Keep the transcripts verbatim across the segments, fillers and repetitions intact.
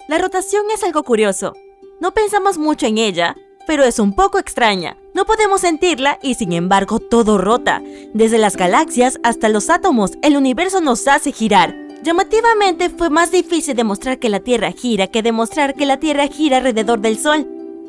La rotación es algo curioso. No pensamos mucho en ella, pero es un poco extraña. No podemos sentirla y sin embargo todo rota. Desde las galaxias hasta los átomos, el universo nos hace girar. Llamativamente fue más difícil demostrar que la Tierra gira que demostrar que la Tierra gira alrededor del Sol.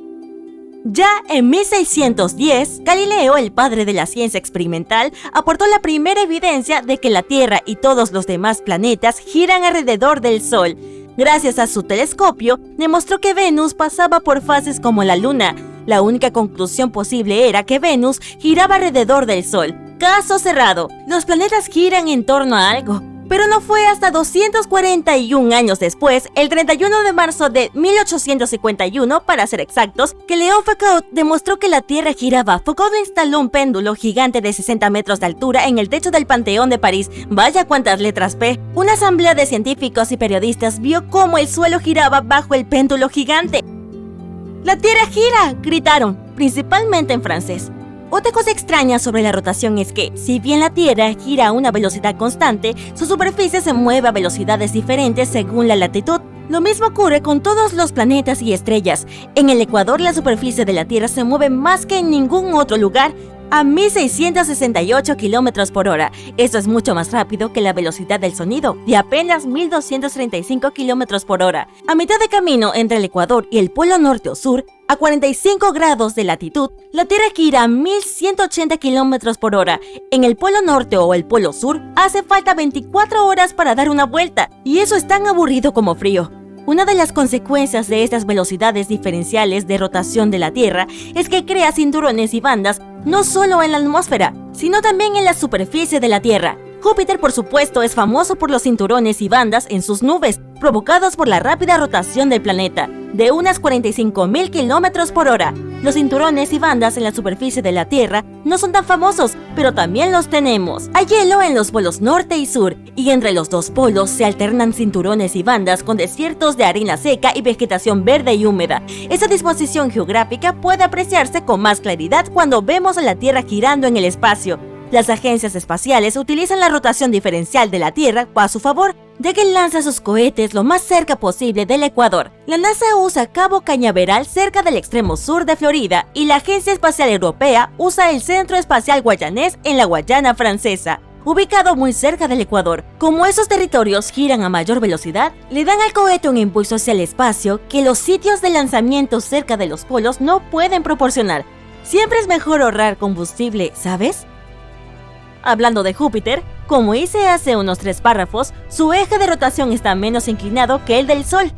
Ya en mil seiscientos diez, Galileo, el padre de la ciencia experimental, aportó la primera evidencia de que la Tierra y todos los demás planetas giran alrededor del Sol. Gracias a su telescopio, demostró que Venus pasaba por fases como la Luna. La única conclusión posible era que Venus giraba alrededor del Sol. Caso cerrado. Los planetas giran en torno a algo. Pero no fue hasta doscientos cuarenta y un años después, el treinta y uno de marzo de mil ochocientos cincuenta y uno, para ser exactos, que Léon Foucault demostró que la Tierra giraba. Foucault instaló un péndulo gigante de sesenta metros de altura en el techo del Panteón de París. Vaya cuántas letras P. Una asamblea de científicos y periodistas vio cómo el suelo giraba bajo el péndulo gigante. ¡La Tierra gira!, gritaron, principalmente en francés. Otra cosa extraña sobre la rotación es que, si bien la Tierra gira a una velocidad constante, su superficie se mueve a velocidades diferentes según la latitud. Lo mismo ocurre con todos los planetas y estrellas. En el ecuador, la superficie de la Tierra se mueve más que en ningún otro lugar, a mil seiscientos sesenta y ocho kilómetros por hora. Esto es mucho más rápido que la velocidad del sonido, de apenas mil doscientos treinta y cinco kilómetros por hora. A mitad de camino entre el ecuador y el polo norte o sur, a cuarenta y cinco grados de latitud, la Tierra gira a mil ciento ochenta kilómetros por hora. En el polo norte o el polo sur, hace falta veinticuatro horas para dar una vuelta, y eso es tan aburrido como frío. Una de las consecuencias de estas velocidades diferenciales de rotación de la Tierra es que crea cinturones y bandas no solo en la atmósfera, sino también en la superficie de la Tierra. Júpiter, por supuesto, es famoso por los cinturones y bandas en sus nubes, provocados por la rápida rotación del planeta, de unas cuarenta y cinco mil kilómetros por hora. Los cinturones y bandas en la superficie de la Tierra no son tan famosos, pero también los tenemos. Hay hielo en los polos norte y sur, y entre los dos polos se alternan cinturones y bandas con desiertos de arena seca y vegetación verde y húmeda. Esa disposición geográfica puede apreciarse con más claridad cuando vemos a la Tierra girando en el espacio. Las agencias espaciales utilizan la rotación diferencial de la Tierra a su favor, ya que lanza sus cohetes lo más cerca posible del ecuador. La NASA usa Cabo Cañaveral cerca del extremo sur de Florida y la Agencia Espacial Europea usa el Centro Espacial Guayanés en la Guayana Francesa, ubicado muy cerca del ecuador. Como esos territorios giran a mayor velocidad, le dan al cohete un impulso hacia el espacio que los sitios de lanzamiento cerca de los polos no pueden proporcionar. Siempre es mejor ahorrar combustible, ¿sabes? Hablando de Júpiter, como hice hace unos tres párrafos, su eje de rotación está menos inclinado que el del Sol.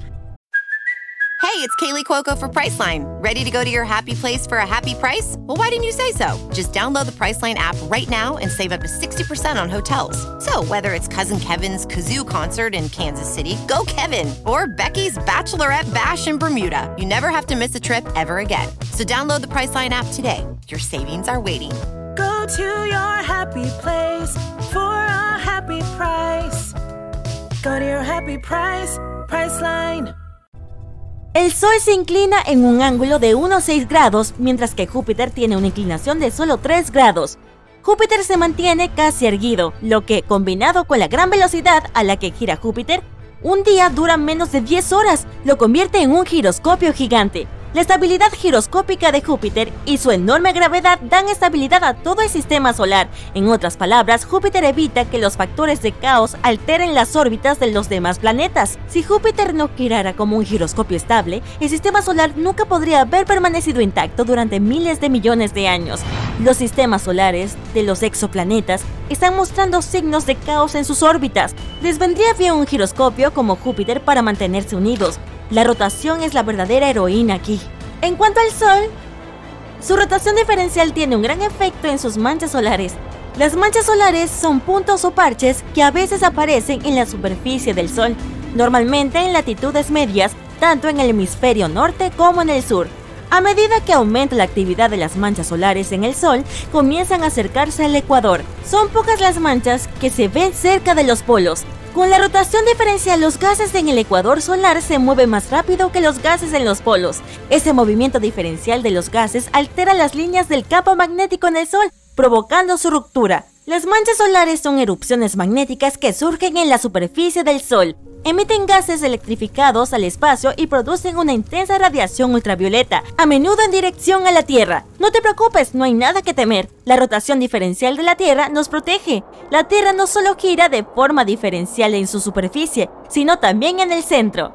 Hey, it's Kaylee Cuoco for Priceline. Ready to go to your happy place for a happy price? Well, why didn't you say so? Just download the Priceline app right now and save up to sixty percent on hotels. So, whether it's Cousin Kevin's Kazoo Concert in Kansas City, go Kevin, or Becky's Bachelorette Bash in Bermuda, you never have to miss a trip ever again. So download the Priceline app today. Your savings are waiting. Go to your happy place for a happy price. Go to your happy price, Priceline. El Sol se inclina en un ángulo de unos seis grados, mientras que Júpiter tiene una inclinación de solo tres grados. Júpiter se mantiene casi erguido, lo que, combinado con la gran velocidad a la que gira Júpiter, un día dura menos de diez horas, lo convierte en un giroscopio gigante. La estabilidad giroscópica de Júpiter y su enorme gravedad dan estabilidad a todo el sistema solar. En otras palabras, Júpiter evita que los factores de caos alteren las órbitas de los demás planetas. Si Júpiter no girara como un giroscopio estable, el sistema solar nunca podría haber permanecido intacto durante miles de millones de años. Los sistemas solares de los exoplanetas están mostrando signos de caos en sus órbitas. Les vendría bien un giroscopio como Júpiter para mantenerse unidos. La rotación es la verdadera heroína aquí. En cuanto al Sol, su rotación diferencial tiene un gran efecto en sus manchas solares. Las manchas solares son puntos o parches que a veces aparecen en la superficie del Sol, normalmente en latitudes medias, tanto en el hemisferio norte como en el sur. A medida que aumenta la actividad de las manchas solares en el Sol, comienzan a acercarse al ecuador. Son pocas las manchas que se ven cerca de los polos. Con la rotación diferencial, los gases en el ecuador solar se mueven más rápido que los gases en los polos. Ese movimiento diferencial de los gases altera las líneas del campo magnético en el Sol, provocando su ruptura. Las manchas solares son erupciones magnéticas que surgen en la superficie del Sol. emiten gases electrificados al espacio y producen una intensa radiación ultravioleta, a menudo en dirección a la Tierra. No te preocupes, no hay nada que temer. La rotación diferencial de la Tierra nos protege. La Tierra no solo gira de forma diferencial en su superficie, sino también en el centro.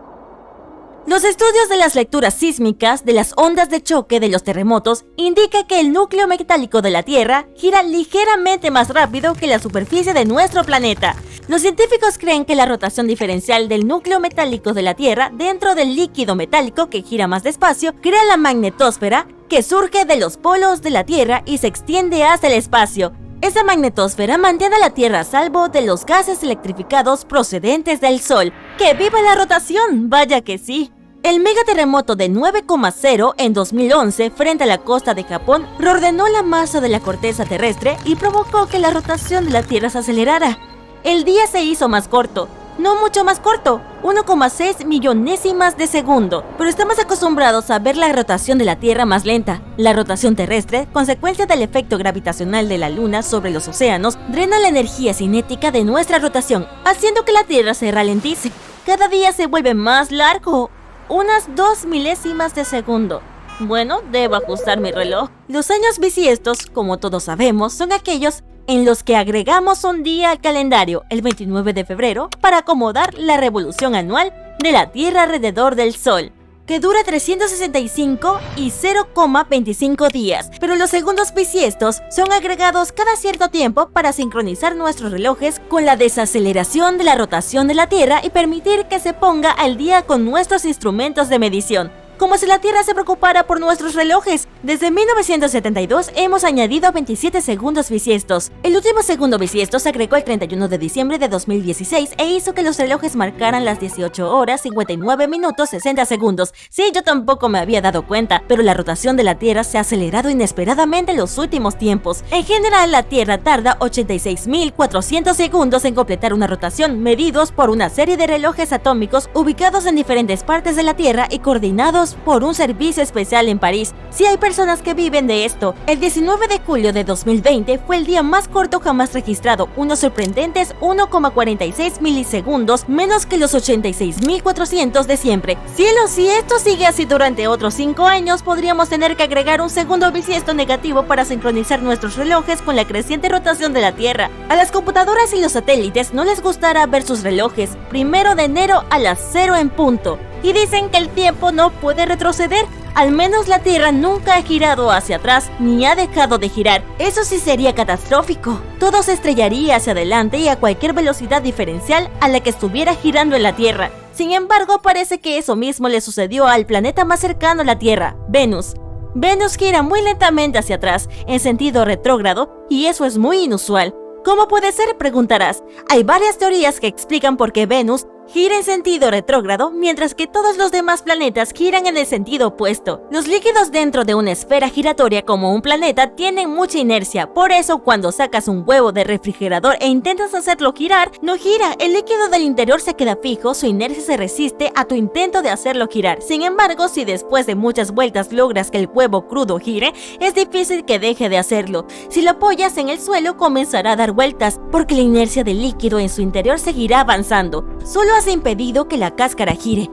Los estudios de las lecturas sísmicas, de las ondas de choque de los terremotos, indican que el núcleo metálico de la Tierra gira ligeramente más rápido que la superficie de nuestro planeta. Los científicos creen que la rotación diferencial del núcleo metálico de la Tierra dentro del líquido metálico que gira más despacio crea la magnetosfera que surge de los polos de la Tierra y se extiende hacia el espacio. Esa magnetosfera mantiene a la Tierra a salvo de los gases electrificados procedentes del Sol. ¡Que viva la rotación! ¡Vaya que sí! El megaterremoto de nueve coma cero en dos mil once frente a la costa de Japón reordenó la masa de la corteza terrestre y provocó que la rotación de la Tierra se acelerara. El día se hizo más corto, no mucho más corto, uno coma seis millonésimas de segundo, pero estamos acostumbrados a ver la rotación de la Tierra más lenta. La rotación terrestre, consecuencia del efecto gravitacional de la Luna sobre los océanos, drena la energía cinética de nuestra rotación, haciendo que la Tierra se ralentice. Cada día se vuelve más largo, unas dos milésimas de segundo. Bueno, debo ajustar mi reloj. Los años bisiestos, como todos sabemos, son aquellos en los que agregamos un día al calendario, el veintinueve de febrero, para acomodar la revolución anual de la Tierra alrededor del Sol, que dura trescientos sesenta y cinco y cero coma veinticinco días, pero los segundos bisiestos son agregados cada cierto tiempo para sincronizar nuestros relojes con la desaceleración de la rotación de la Tierra y permitir que se ponga al día con nuestros instrumentos de medición. Como si la Tierra se preocupara por nuestros relojes. Desde mil novecientos setenta y dos hemos añadido veintisiete segundos bisiestos. El último segundo bisiesto se agregó el treinta y uno de diciembre de dos mil dieciséis e hizo que los relojes marcaran las dieciocho horas, cincuenta y nueve minutos, sesenta segundos. Sí, yo tampoco me había dado cuenta, pero la rotación de la Tierra se ha acelerado inesperadamente en los últimos tiempos. En general, la Tierra tarda ochenta y seis mil cuatrocientos segundos en completar una rotación, medidos por una serie de relojes atómicos ubicados en diferentes partes de la Tierra y coordinados por un servicio especial en París. Sí, hay personas que viven de esto. El diecinueve de julio de dos mil veinte fue el día más corto jamás registrado, unos sorprendentes uno coma cuarenta y seis milisegundos menos que los ochenta y seis mil cuatrocientos de siempre. Cielo, si esto sigue así durante otros cinco años, podríamos tener que agregar un segundo bisiesto negativo para sincronizar nuestros relojes con la creciente rotación de la Tierra. A las computadoras y los satélites no les gustará ver sus relojes primero de enero a las cero en punto. Y dicen que el tiempo no puede retroceder. Al menos la Tierra nunca ha girado hacia atrás ni ha dejado de girar. Eso sí sería catastrófico. Todo se estrellaría hacia adelante y a cualquier velocidad diferencial a la que estuviera girando en la Tierra. Sin embargo, parece que eso mismo le sucedió al planeta más cercano a la Tierra, Venus. Venus gira muy lentamente hacia atrás, en sentido retrógrado, y eso es muy inusual. ¿Cómo puede ser?, preguntarás. Hay varias teorías que explican por qué Venus gira en sentido retrógrado, mientras que todos los demás planetas giran en el sentido opuesto. Los líquidos dentro de una esfera giratoria como un planeta tienen mucha inercia, por eso cuando sacas un huevo de refrigerador e intentas hacerlo girar, no gira. El líquido del interior se queda fijo, su inercia se resiste a tu intento de hacerlo girar. Sin embargo, si después de muchas vueltas logras que el huevo crudo gire, es difícil que deje de hacerlo. Si lo apoyas en el suelo, comenzará a dar vueltas, porque la inercia del líquido en su interior seguirá avanzando. Solo has impedido que la cáscara gire.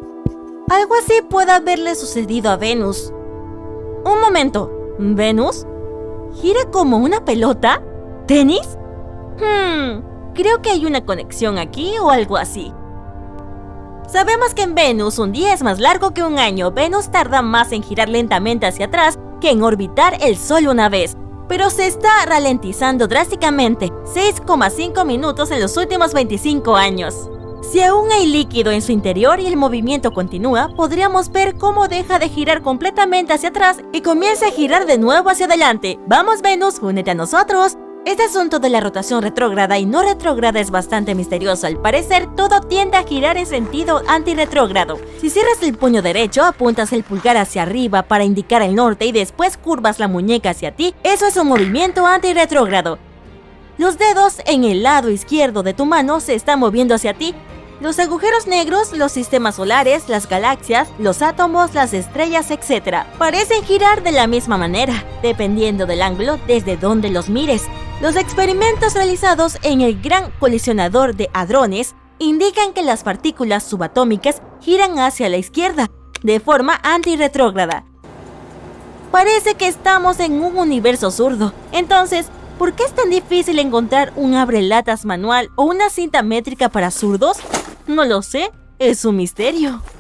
Algo así puede haberle sucedido a Venus. Un momento, ¿Venus gira como una pelota? ¿Tenis? Hmm, creo que hay una conexión aquí o algo así. Sabemos que en Venus un día es más largo que un año. Venus tarda más en girar lentamente hacia atrás que en orbitar el Sol una vez, pero se está ralentizando drásticamente, seis coma cinco minutos en los últimos veinticinco años. Si aún hay líquido en su interior y el movimiento continúa, podríamos ver cómo deja de girar completamente hacia atrás y comienza a girar de nuevo hacia adelante. ¡Vamos, Venus, únete a nosotros! Este asunto de la rotación retrógrada y no retrógrada es bastante misterioso. Al parecer, todo tiende a girar en sentido antirretrógrado. Si cierras el puño derecho, apuntas el pulgar hacia arriba para indicar el norte y después curvas la muñeca hacia ti, eso es un movimiento antirretrógrado. Los dedos en el lado izquierdo de tu mano se están moviendo hacia ti. Los agujeros negros, los sistemas solares, las galaxias, los átomos, las estrellas, etcétera, parecen girar de la misma manera, dependiendo del ángulo desde donde los mires. Los experimentos realizados en el Gran Colisionador de Hadrones indican que las partículas subatómicas giran hacia la izquierda, de forma antirretrógrada. Parece que estamos en un universo zurdo. Entonces, ¿por qué es tan difícil encontrar un abrelatas manual o una cinta métrica para zurdos? No lo sé, es un misterio.